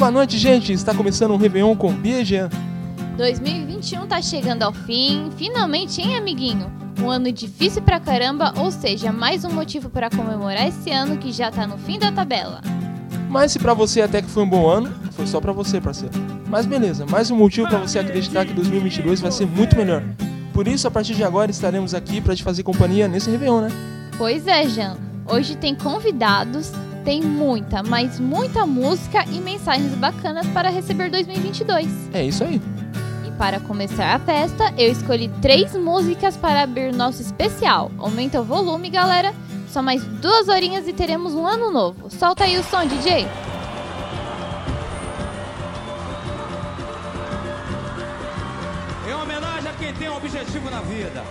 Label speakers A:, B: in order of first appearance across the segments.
A: boa noite, gente. Está começando um Réveillon com Bia e Jean.
B: 2021 tá chegando ao fim, finalmente, hein, amiguinho? Um ano difícil pra caramba, ou seja, mais um motivo para comemorar esse ano que já tá no fim da tabela.
A: Mas se pra você até que foi um bom ano, foi só pra você, parceiro. Mas beleza, mais um motivo pra você acreditar que 2022 vai ser muito melhor. Por isso, a partir de agora, estaremos aqui pra te fazer companhia nesse Réveillon, né?
B: Pois é, Jean. Hoje tem convidados, tem muita, mas muita música e mensagens bacanas para receber 2022.
A: É isso aí.
B: E para começar a festa, eu escolhi 3 músicas para abrir nosso especial. Aumenta o volume, galera. Só mais 2 horinhas e teremos um ano novo. Solta aí o som, DJ.
C: Em homenagem a quem tem um objetivo na vida.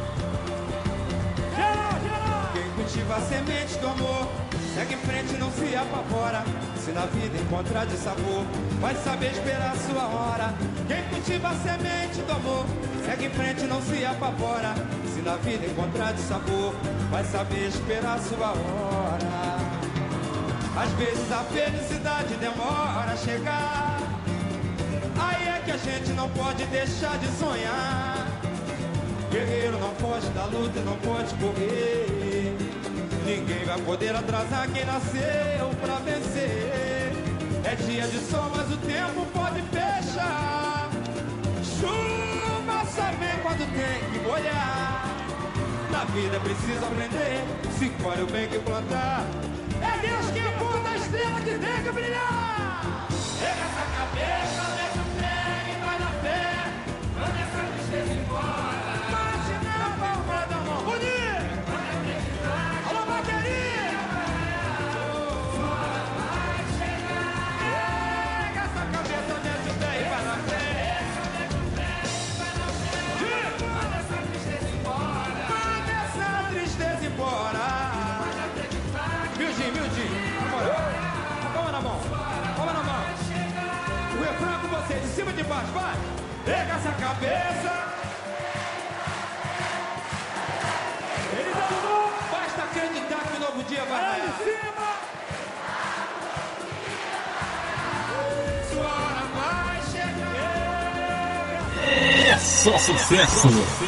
C: Quem cultiva a semente do amor, segue em frente e não se apavora. Se na vida encontrar de sabor, vai saber esperar a sua hora. Quem cultiva a semente do amor, segue em frente e não se apavora. Se na vida encontrar de sabor, vai saber esperar a sua hora. Às vezes a felicidade demora a chegar. Aí é que a gente não pode deixar de sonhar. Guerreiro não foge da luta e não pode correr. Ninguém vai poder atrasar quem nasceu pra vencer. É dia de sol, mas o tempo pode fechar. Chuva só vem quando tem que molhar. Na vida é preciso aprender, se colhe o bem que plantar. É Deus que aponta a estrela que tem que brilhar. Pega essa cabeça, mete o pé e vai na fé. Manda essa tristeza embora. Bate na palma da mão. Bonito! Alô, bateria! Pega essa cabeça, mete o pé e vai na fé. Manda essa tristeza embora. Manda essa tristeza embora. Mildinho, palma na mão. Palma na mão. O refrão com você, de cima e de baixo, vai! Pega essa cabeça! Ele tá tudo! Basta acreditar que o novo dia vai lá em cima! Sua hora vai chegar!
D: É só sucesso!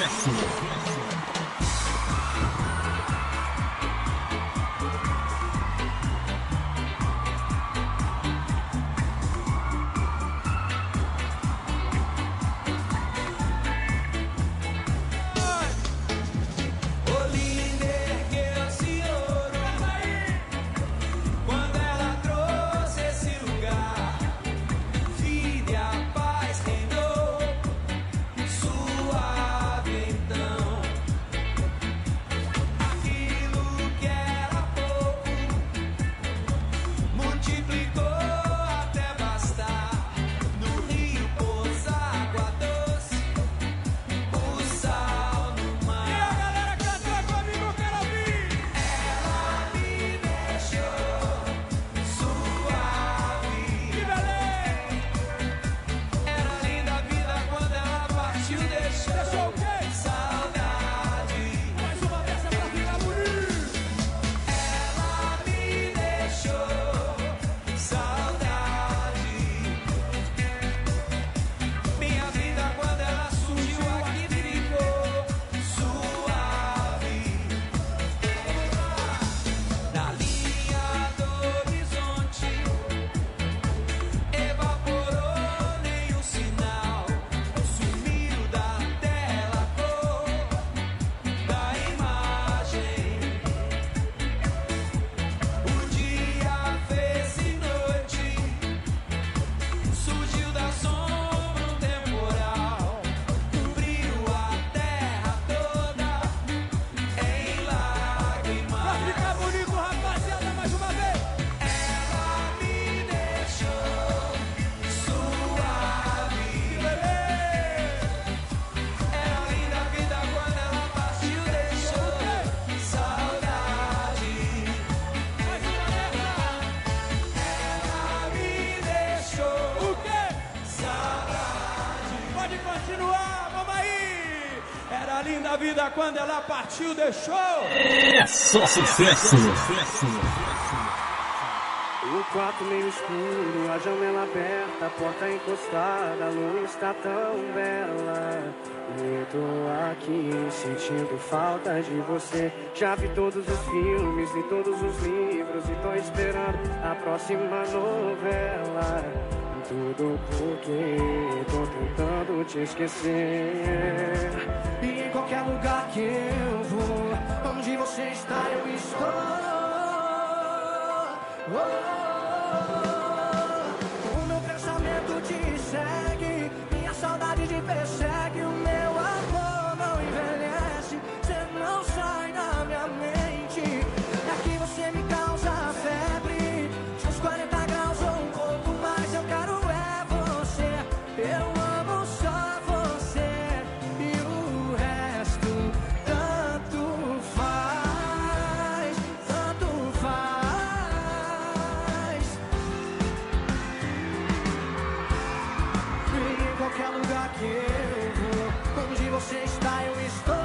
C: linda vida quando ela partiu, deixou.
D: É só sucesso. O quarto meio escuro, a janela aberta, a porta encostada, a lua está tão bela. Eu tô aqui sentindo falta de você. Já vi todos os filmes, li todos os livros e tô esperando a próxima novela. Tudo porque tô tentando te esquecer. E em qualquer lugar que eu vou, onde você está eu estou. O meu pensamento te segue, minha saudade te persegue. O meu amor não envelhece, você não sai da minha mente. Daqui você me causa febre, uns 40 graus ou um pouco mais. Eu quero é você, eu amo só você. E o resto tanto faz, tanto faz. Em qualquer lugar que eu vou, onde você está eu estou.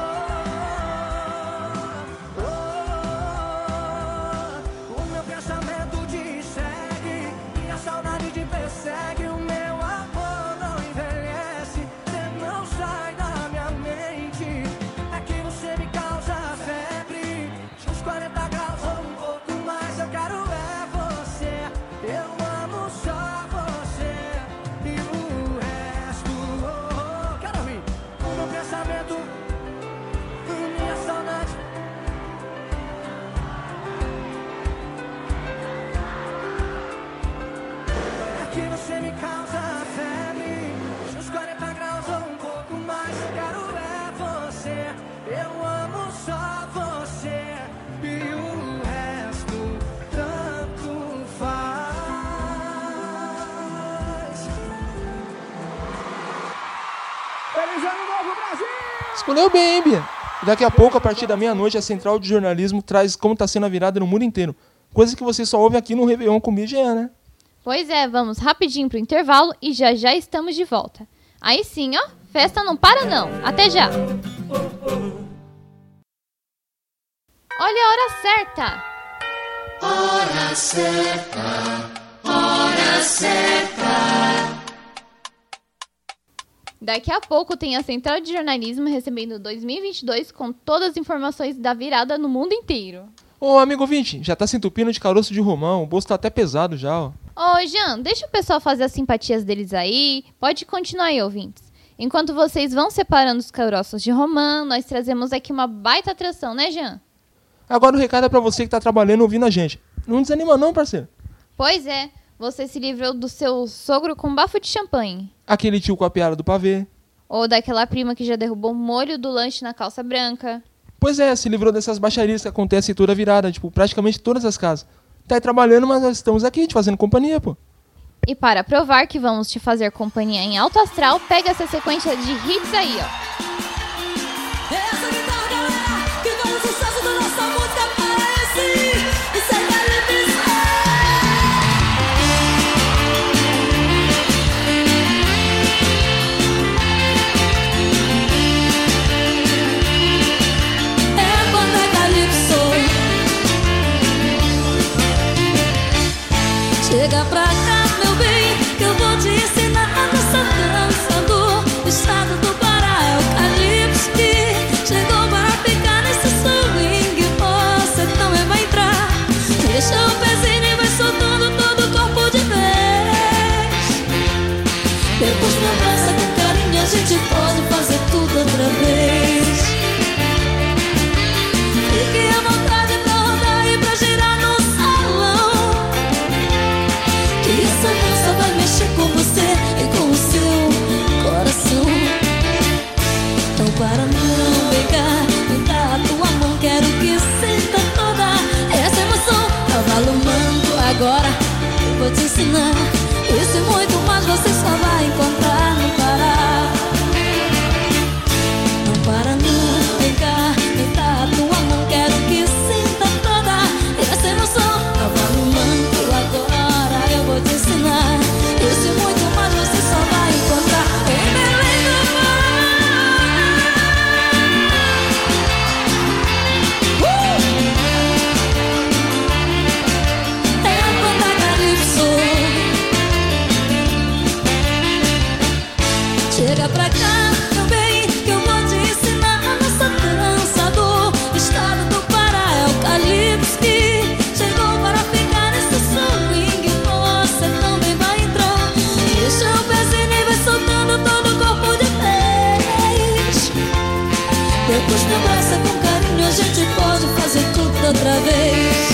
D: O meu pensamento te segue, minha saudade te persegue. O meu amor não envelhece, você não sai da minha mente. É que você me causa febre, uns 40 graus ou um pouco mais. Eu quero é você, eu amo só você. E o resto, quero ouvir. O meu pensamento, minha saudade. É que você me causa febre, uns 40 graus ou um pouco mais. Eu quero é você, eu amo só você. E o resto tanto faz. Feliz Ano Novo, Brasil!
A: Escolheu bem, hein, Bia? E daqui a pouco, a partir da meia-noite, a Central de Jornalismo traz como tá sendo a virada no mundo inteiro. Coisa que você só ouve aqui no Réveillon com Bia e Jean, né?
B: Pois é, vamos rapidinho pro intervalo e já já estamos de volta. Aí sim, ó, festa não para não. Até já! Olha a hora certa! Daqui a pouco tem a Central de Jornalismo recebendo 2022 com todas as informações da virada no mundo inteiro.
A: Ô, amigo ouvinte, já tá se entupindo de caroço de romão, o bolso tá até pesado já, ó.
B: Ô, Jean, deixa o pessoal fazer as simpatias deles aí. Pode continuar aí, ouvintes. Enquanto vocês vão separando os caroços de romã, nós trazemos aqui uma baita atração, né, Jean?
A: Agora o recado é pra você que tá trabalhando ouvindo a gente. Não desanima não, parceiro.
B: Pois é, você se livrou do seu sogro com bafo de champanhe.
A: Aquele tio com a piada do pavê.
B: Ou daquela prima que já derrubou o molho do lanche na calça branca.
A: Pois é, se livrou dessas baixarias que acontecem toda virada, tipo, praticamente todas as casas. Tá aí trabalhando, mas nós estamos aqui te fazendo companhia, pô.
B: E para provar que vamos te fazer companhia em alto astral, pega essa sequência de hits aí, ó.
E: Essa guitarra, galera, que faz o sucesso da nossa música parece. Isso é Calipso. É quando é Calipso. Chega pra cá, meu bem, que eu vou te ensinar a dançar dançando. O estado do Pará é o Calipso que chegou para ficar nesse swing. Você também vai entrar. Deixa o pezinho e vai soltando todo o corpo de vez. Depois me abraça com carinho, a gente pode fazer tudo outra vez. Fique à vontade pra rodar e pra girar no salão, que essa dança vai mexer com você e com o seu coração. Então para não pegar, me dá a tua mão, quero que sinta toda essa emoção. Cavalo manco, agora eu vou te ensinar. Isso e muito mais você só vai encontrar no Pará. Não para não pegar, me dá a tua mão, quero que sinta toda essa emoção. Cavalo manco, agora eu vou te ensinar. Isso e muito mais você só vai encontrar em Belém do Pará. É quando a Chega pra cá, meu bem, que eu vou te ensinar a nossa dança do estado do Pará. É o calypso que chegou para ficar nesse swing. Você também vai entrar. Deixa o pezinho e vai soltando todo o corpo de vez. Depois me abraça com carinho, a gente pode fazer tudo outra vez.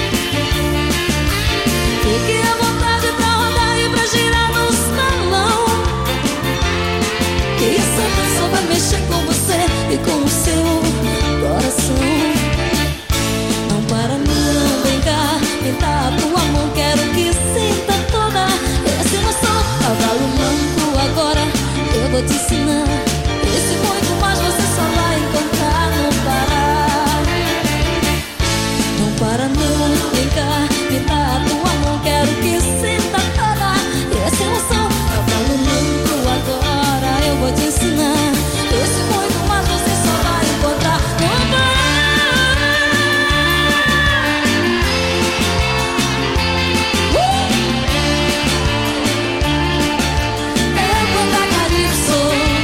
E: Fique à vontade pra rodar e pra girar no salão, que essa dança vai mexer com você e com o seu coração. Não para não, vem cá, me dá a tua mão, quero que sinta toda essa emoção. Cavalo manco, agora eu vou te ensinar. Esse muito mais você só vai encontrar no Pará. Não para não, vem cá, me dá a tua mão, quero que sinta toda essa emoção. Cavalo manco, agora eu vou te ensinar. Esse muito mais você só vai encontrar no Pará. É banda calypso.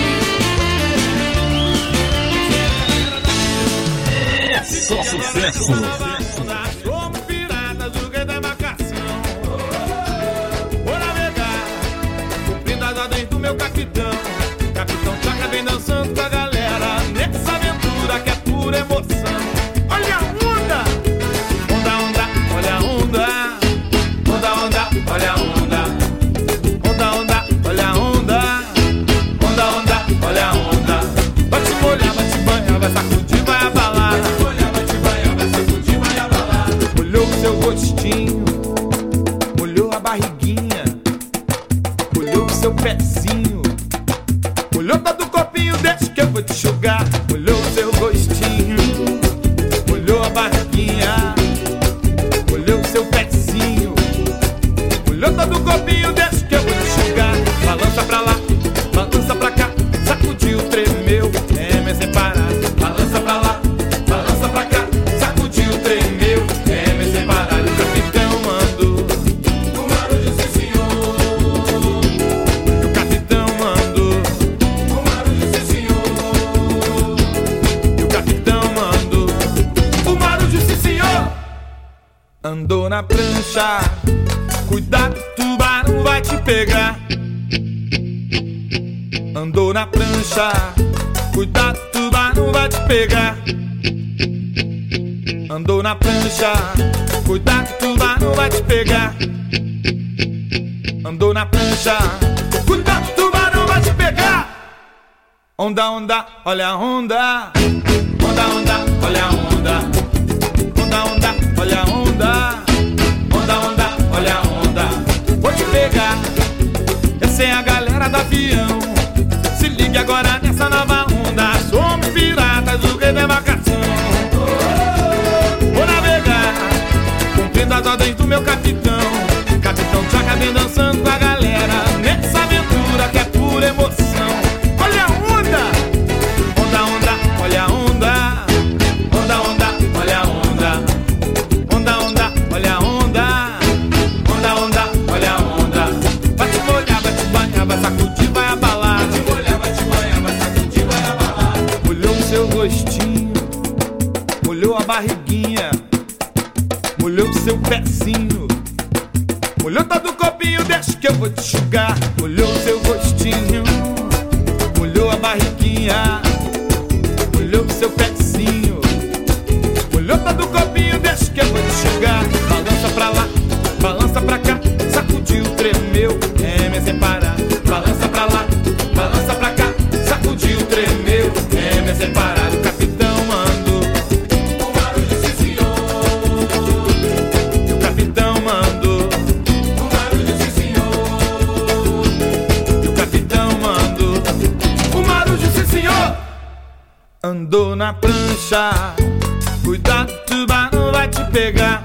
F: Só sucesso.
C: Somos piratas do rei da embarcação. Vou navegar, cumprindo as ordens do meu capitão. Capitão Tchaca vem dançando com a galera nessa aventura que é pura emoção. Olha a onda, onda, onda, olha a onda. Onda, onda, olha a onda. Onda, onda, olha a onda. Onda, onda, olha a onda. Vai te molhar, vai te banhar, vai sacudir, vai abalar. Vai te molhar, vai te banhar, vai sacudir, vai abalar. Molhou o seu rostinho, molhou a barriguinha, molhou o seu pezinho, molhou todo o corpinho, deixa que eu vou te enxugar. Molhou o seu rostinho, molhou a barriguinha, molhou o seu pezinho, molhou todo o corpinho, deixa que eu vou te enxugar. Balança pra lá, balança pra cá, sacudiu, tremeu, é sem parar. Balança pra lá, balança pra cá, sacudiu, tremeu, é sem parar. O capitão mandou o barulho, sim senhor. O capitão mandou o barulho, sim senhor. E o capitão mandou o barulho, sim senhor. Andou na prancha, cuidado, tubarão vai te pegar. Andou na prancha, cuidado, tubarão vai te pegar. Andou na prancha, cuidado, tubarão vai te pegar. Andou na prancha, cuidado, tubarão vai te pegar. Onda, onda, olha a onda. Onda, onda, olha a onda. Onda, onda, olha a onda. Onda, onda, olha a onda. Vou te pegar, essa é a galera do avião. Se ligue agora nessa nova onda. Somos piratas do rei da embarcação. Vou navegar, cumprindo as ordens do meu capitão. Capitão Tchaca vem dançando com a galera nessa aventura que é pura emoção. Olha a onda, onda, onda, olha a onda. Onda, onda, olha a onda. Onda, onda, olha a onda. Onda, onda, olha a onda. Vai te molhar, vai te banhar, vai sacudir, vai abalar. Vai te molhar, vai te banhar, vai sacudir, vai abalar. Molhou o seu rostinho, molhou a barriguinha, molhou o seu pezinho, molhou todo o corpinho, deixa que eu vou te enxugar. Molhou o seu rostinho, molhou a barriguinha, molhou o seu pezinho, molhou todo o corpinho, deixa que eu vou te enxugar. Balança pra lá, balança pra cá, sacudiu, tremeu, é sem parar. Balança pra lá, balança pra cá, sacudiu, tremeu, é sem parar. O capitão mandou o barulho, sim senhor. E o capitão mandou o barulho, sim senhor. E o capitão mandou o barulho, sim senhor. Andou na prancha, cuidado, tubarão vai te pegar.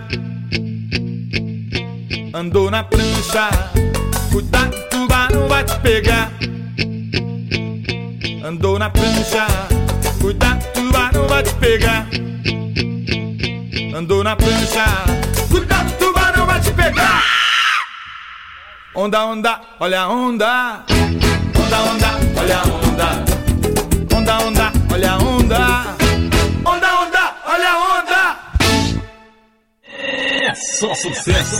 C: Andou na prancha, cuidado, tubarão vai te pegar. Andou na prancha, cuidado, tubarão vai te pegar. Andou na prancha, cuidado, tubarão vai te pegar. Onda, onda, olha a onda. Onda, onda, olha a onda. Onda, onda, olha a onda. Onda, onda, olha a onda.
F: É só sucesso.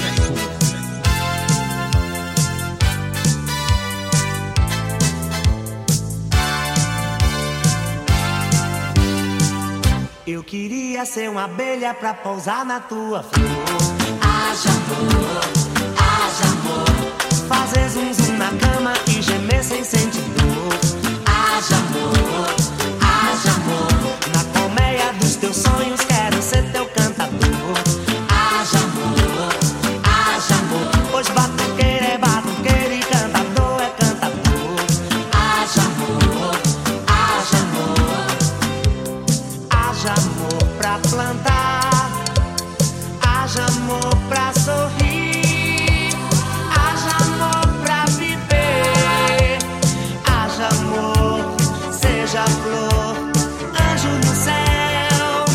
D: Eu queria ser uma abelha pra pousar na tua flor. Haja amor, haja amor. Fazer zum zum na cama e gemer sem sentir dor. Haja amor, haja amor. Na colmeia dos teus sonhos quero ser teu cantador. Haja amor, haja amor. Pois batuqueiro é batuqueiro e cantador é cantador. Haja amor, haja amor. Haja amor pra plantar, haja amor pra sorrir, haja amor pra viver, haja amor, seja flor, anjo no céu.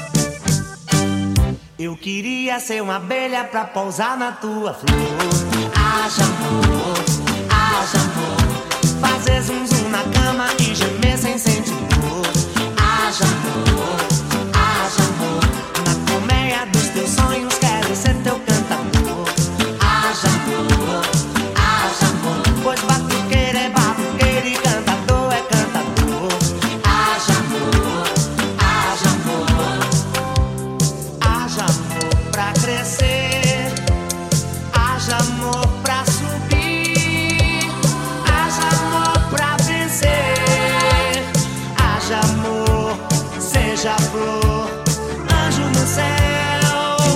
D: Eu queria ser uma abelha pra pousar na tua flor. Haja amor, haja amor. Fazer zum zum na cama e gemer sem sentir dor. Haja amor, haja amor. Na colmeia dos teus sonhos quero ser teu cantador. Haja amor, haja amor. Pois batuqueiro é batuqueiro e cantador é cantador. Haja amor, haja amor. Haja amor pra crescer, haja amor pra subir, haja amor pra vencer, haja amor, seja flor, anjo no céu.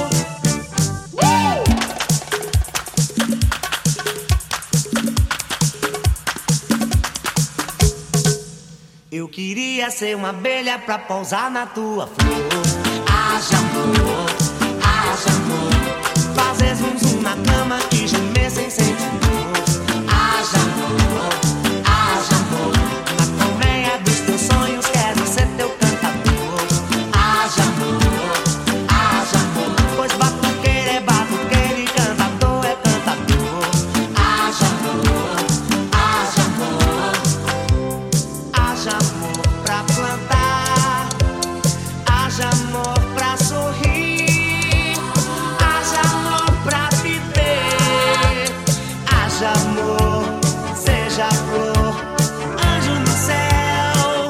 D: Eu queria ser uma abelha pra pousar na tua flor. Haja amor, haja amor. Fazer zum zum na cama e gemer sem sentir dor. Haja amor, haja amor. Na colmeia dos teus sonhos quero ser teu cantador. Haja amor, haja amor. Pois batuqueiro é batuqueiro e cantador é cantador. Haja amor, haja amor. Haja amor pra plantar, haja amor pra sorrir, haja amor pra viver, haja amor, seja flor, anjo no céu.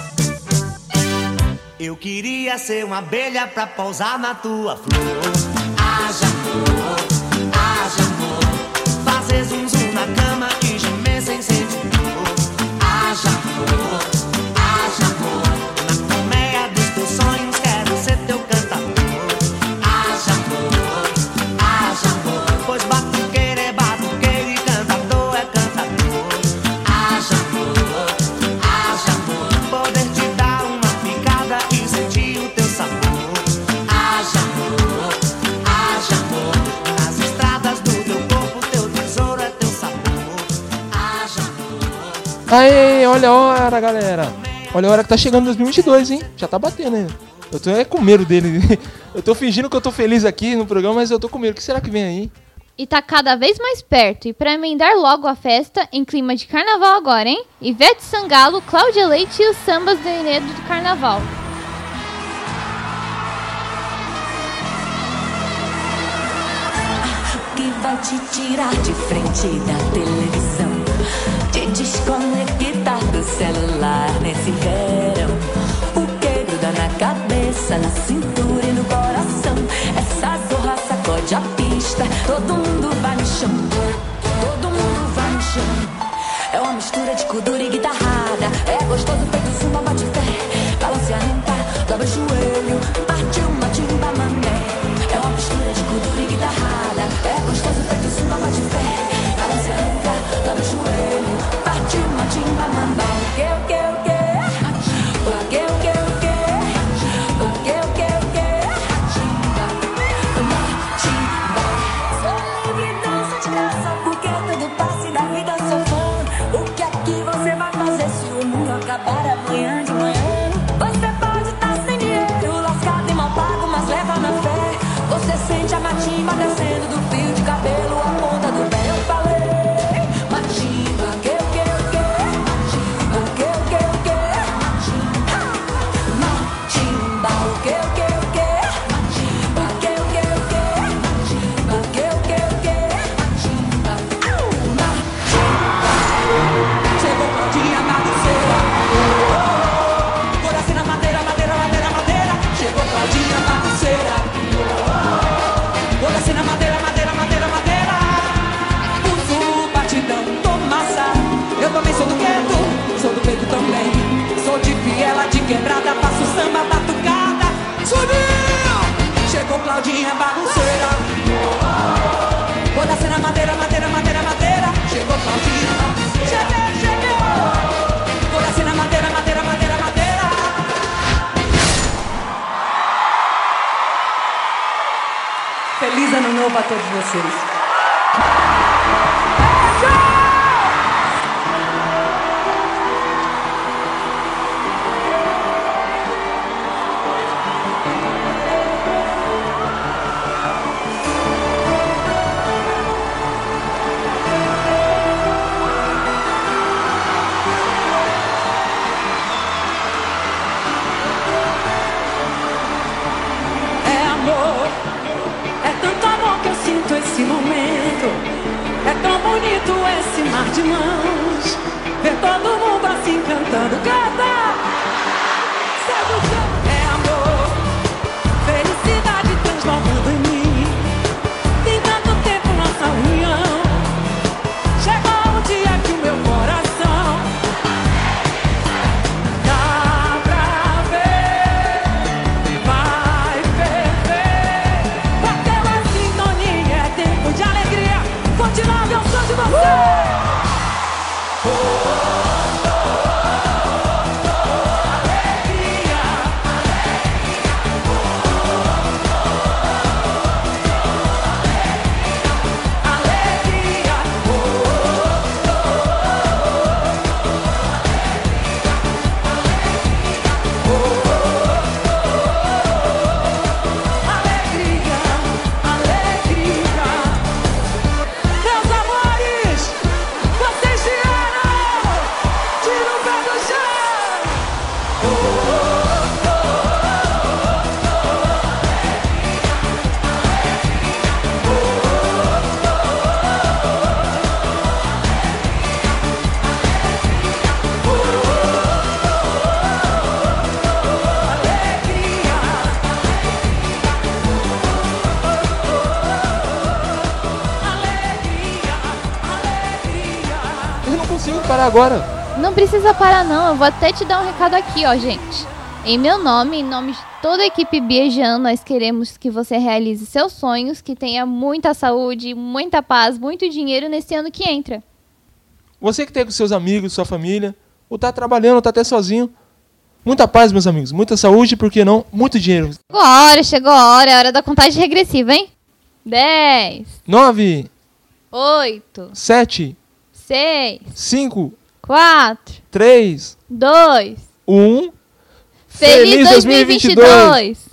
D: Eu queria ser uma abelha pra pousar na tua flor. Haja amor, haja amor. Fazer zum zum na cama e gemer sem sentir dor. Haja amor, haja amor. Na colmeia dos teus sonhos quero ser teu cantador. Haja amor, haja amor. Pois batuqueiro é batuqueiro e cantador é cantador. Haja amor, haja amor. Poder te dar uma picada e sentir o teu sabor. Haja amor, haja amor. Nas estradas do teu corpo teu tesouro é teu sabor. Haja amor.
A: Aê, olha a hora, galera. Olha a hora que tá chegando 2022, hein? Já tá batendo ainda. Eu tô com medo dele. Eu tô fingindo que eu tô feliz aqui no programa, mas eu tô com medo. O que será que vem aí?
B: E tá cada vez mais perto. E pra emendar logo a festa, em clima de carnaval agora, hein? Ivete Sangalo, Cláudia Leite e os sambas do enredo do carnaval.
E: Que vai te tirar de frente da televisão, te desconectar do celular nesse verão. O que gruda na cabeça, na cintura e no coração. Essa zorra sacode a pista, todo mundo vai no chão. Todo mundo vai no chão. É uma mistura de kuduro e guitarrada. É gostoso feito samba, bate pé. Balance a rampa, dobra o joelho, parte uma timba mané. É uma mistura de kuduro e guitarrada. É gostoso feito samba, bate pé. Balance a rampa, dobra o joelho, parte uma timba mané. O que? O que? O que? O que? O que? O que? O que? O que? O que? Timba, timba. Sou livre, dança de graça, porque tudo passa e da vida sou fã. O que é que você vai fazer se o mundo acabar?
D: quebrada, faço samba, batucada. Subiu! Chegou Claudinha bagunceira. Vou descer na madeira, madeira, madeira, madeira. Chegou Claudinha. Cheguei, cheguei. Vou descer na madeira, madeira, madeira, madeira. Feliz ano novo a todos vocês. Esse momento é tão bonito, esse mar de mãos. Ver todo mundo assim cantando, canta. Sedução é amor, felicidade transformando em mim. Tem tanto tempo nossa união. Chegou um dia que o meu coração dá pra ver, vai ferver. Bateu a sintonia, é tempo de alegria. Continuar meu som de você.
A: Parar agora.
B: Não precisa parar não, eu vou até te dar um recado aqui, ó, gente. Em meu nome, em nome de toda a equipe Biejan, nós queremos que você realize seus sonhos, que tenha muita saúde, muita paz, muito dinheiro nesse ano que entra.
A: Você que tem com seus amigos, sua família, ou tá trabalhando, ou tá até sozinho. Muita paz, meus amigos, muita saúde, por que não? Muito dinheiro.
B: Chegou a hora, é hora da contagem regressiva, hein? 10,
A: 9,
B: 8,
A: 7,
B: 6,
A: 5,
B: 4,
A: 3,
B: 2,
A: 1.
B: Feliz 2022!